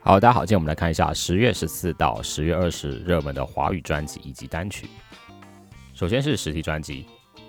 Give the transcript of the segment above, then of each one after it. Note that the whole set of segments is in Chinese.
好，大家好，今天我们来看一下10月14到10月20热门的华语专辑以及单曲。首先是实体专辑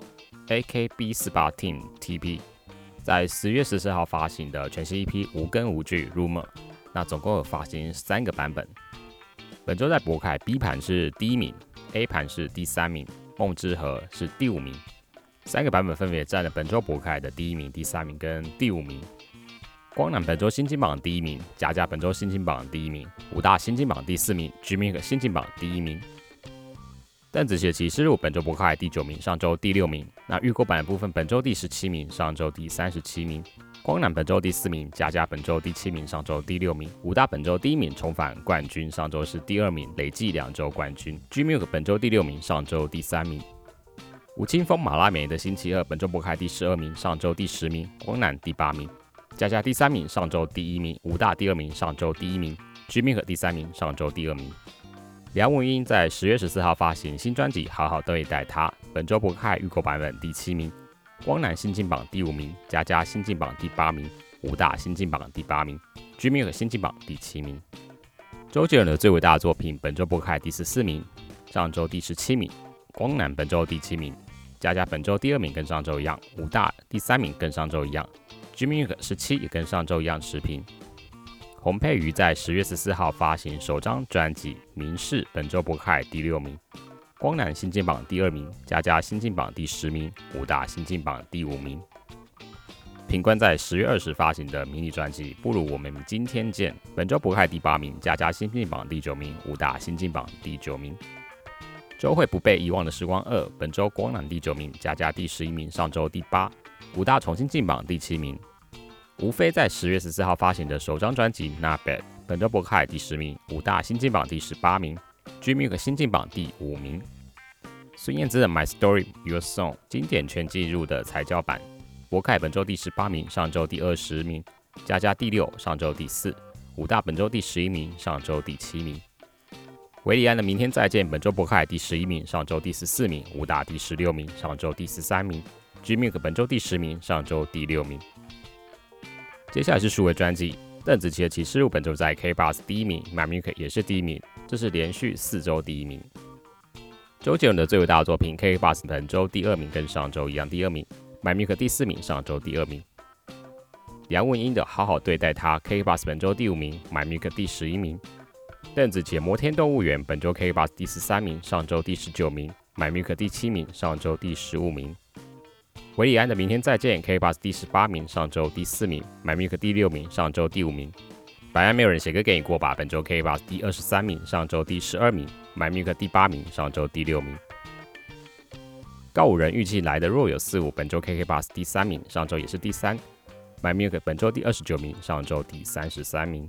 AKB48 Team TP 在10月14号发行的全新 EP 无根无据 Rumor， 那总共有发行3个版本。本周在博凯 B 盘是第1名， A 盘是第3名，梦之河是第5名。3个版本分别占了本周博凯的第1名、第3名跟第5名。光南本周新金榜第1名，佳佳本周新金榜第1名，武大新金榜第4名，G-Mink 新金榜第1名。邓紫棋的《启示录》本周博凯第9名，上周第6名。那预购版的部分本周第17名，上周第37名。光南本周第4名，佳佳本周第7名，上周第6名。武大本周第1名，重返冠军，上周是第2名，累计2周冠军。G-Mink 本周第6名，上周第3名。吴青峰马拉美的星期二本周博凯第12名，上周第10名。光南第8名。佳佳第3名，上周第1名；武大第2名，上周第1名；G-Mink 第3名，上周第2名。梁文音在10月14号发行新专辑《好好对待他》，本周博凯预购版本第7名，光南新进榜第5名，佳佳新进榜第8名，武大新进榜第8名，G-Mink 新进榜第7名。周杰伦的最伟大的作品本周博凯第14名，上周第17名，光南本周第7名，佳佳本周第2名跟上周一样，武大第3名跟上周一样。G-Mink 17也跟上周一样持平。洪佩瑜在10月14号发行首张专辑《明示》，本周博凯第6名，光南新进榜第2名，佳佳新进榜第10名，武大新进榜第5名。品冠在10月20发行的迷你专辑《不如我们今天见》，本周博凯第8名，佳佳新进榜第9名，武大新进榜第9名。周慧不被遗忘的时光2，本周光南第9名，佳佳第11名，上周第8，武大重新进榜第7名。吴飞在10月14号发行的首张专辑《Not Bad》，本周博凯第10名，武大新进榜第18名， G-Mink 新进榜第5名。孙燕姿的《My Story Your Song》经典全记录的彩胶版，博凯本周第18名，上周第20名，佳佳第6，上周第4，武大本周第11名，上周第7名。韦礼安的《明天再见》本周博凯第11名，上周第14名，武大第16名，上周第13名， G-Mink 本周第10名，上周第6名。接下来是数位专辑，邓紫棋的《启示录》本周在 KKBOX 第1名， MyMusic 也是第1名，这是连续4周第1名。周杰伦的最伟大的作品 KKBOX 本周第2名，跟上周一样第2名， MyMusic 第4名，上周第2名。梁文音的《好好对待他》KKBOX 本周第5名， MyMusic 第11名。邓紫棋的《摩天动物园》本周 KKBOX 第13名，上周第19名， MyMusic 第7名，上周第15名。韦礼安的《明天再见》KKBOX 第18名，上周第4名， MyMusic 第6名，上周第5名。白安没有人写歌给你过吧，本周 KKBOX 第23名，上周第12名， MyMusic 第8名，上周第6名。告五人玉器来的若有似无，本周 KKBOX 第3名，上周也是第3， MyMusic 本周第29名，上周第33名。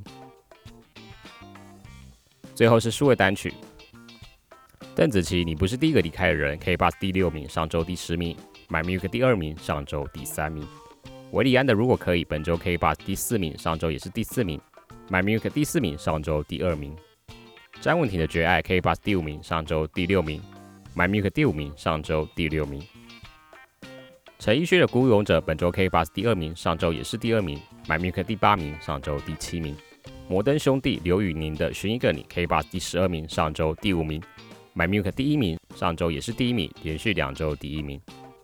最后是数位单曲，邓紫棋你不是第一个离开的人 KKBOX 第6名，上周第10名， MyMusic 第2名，上周第3名。韦礼安的如果可以，本周 KKBOX 第4名，上周也是第4名， MyMusic 第4名，上周第2名。詹雯婷的绝爱 KKBOX 第5名，上周第6名， MyMusic 第5名，上周第6名。陈奕迅的孤勇者本周 KKBOX 第2名，上周也是第2名， MyMusic 第8名，上周第7名。摩登兄弟刘宇宁的寻一个你 KKBOX 第12名，上周第5名， MyMusic 第1名，上周也是第1名，连续2周第1名。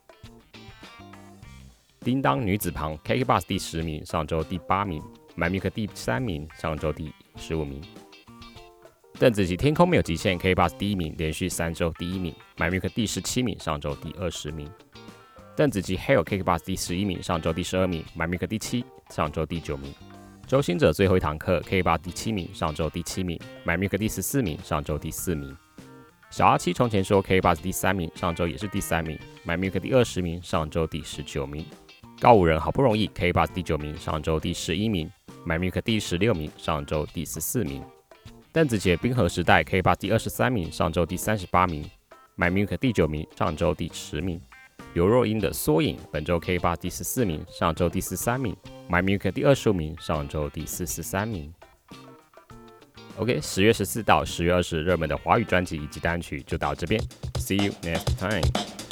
叮当女子旁 KKBOX 第10名，上周第8名， MyMusic 第3名，上周第15名。邓紫棋天空没有极限 KKBOX 第1名，连续3周第1名， MyMusic 第17名，上周第20名。邓紫棋 Hell KKBOX 第11名，上周第12名， MyMusic 第7，上周第9名。周兴哲最后一堂课 KKBOX 第7名，上周第7名， MyMusic 第14名，上周第4名。小阿七从前说 KKBOX 第3名，上周也是第3名， MyMusic 第20名，上周第19名。告五人好不容易 KKBOX 第9名，上周第11名， MyMusic 第16名，上周第14名。邓紫棋的冰河时代 KKBOX 第23名，上周第38名， MyMusic 第9名，上周第10名。刘若英的缩影本周 KKBOX 第14名，上周第13名， MyMusic 第25名，上周第43名。OK， 10月14到10月20热门的华语专辑以及单曲就到这边 ，See you next time。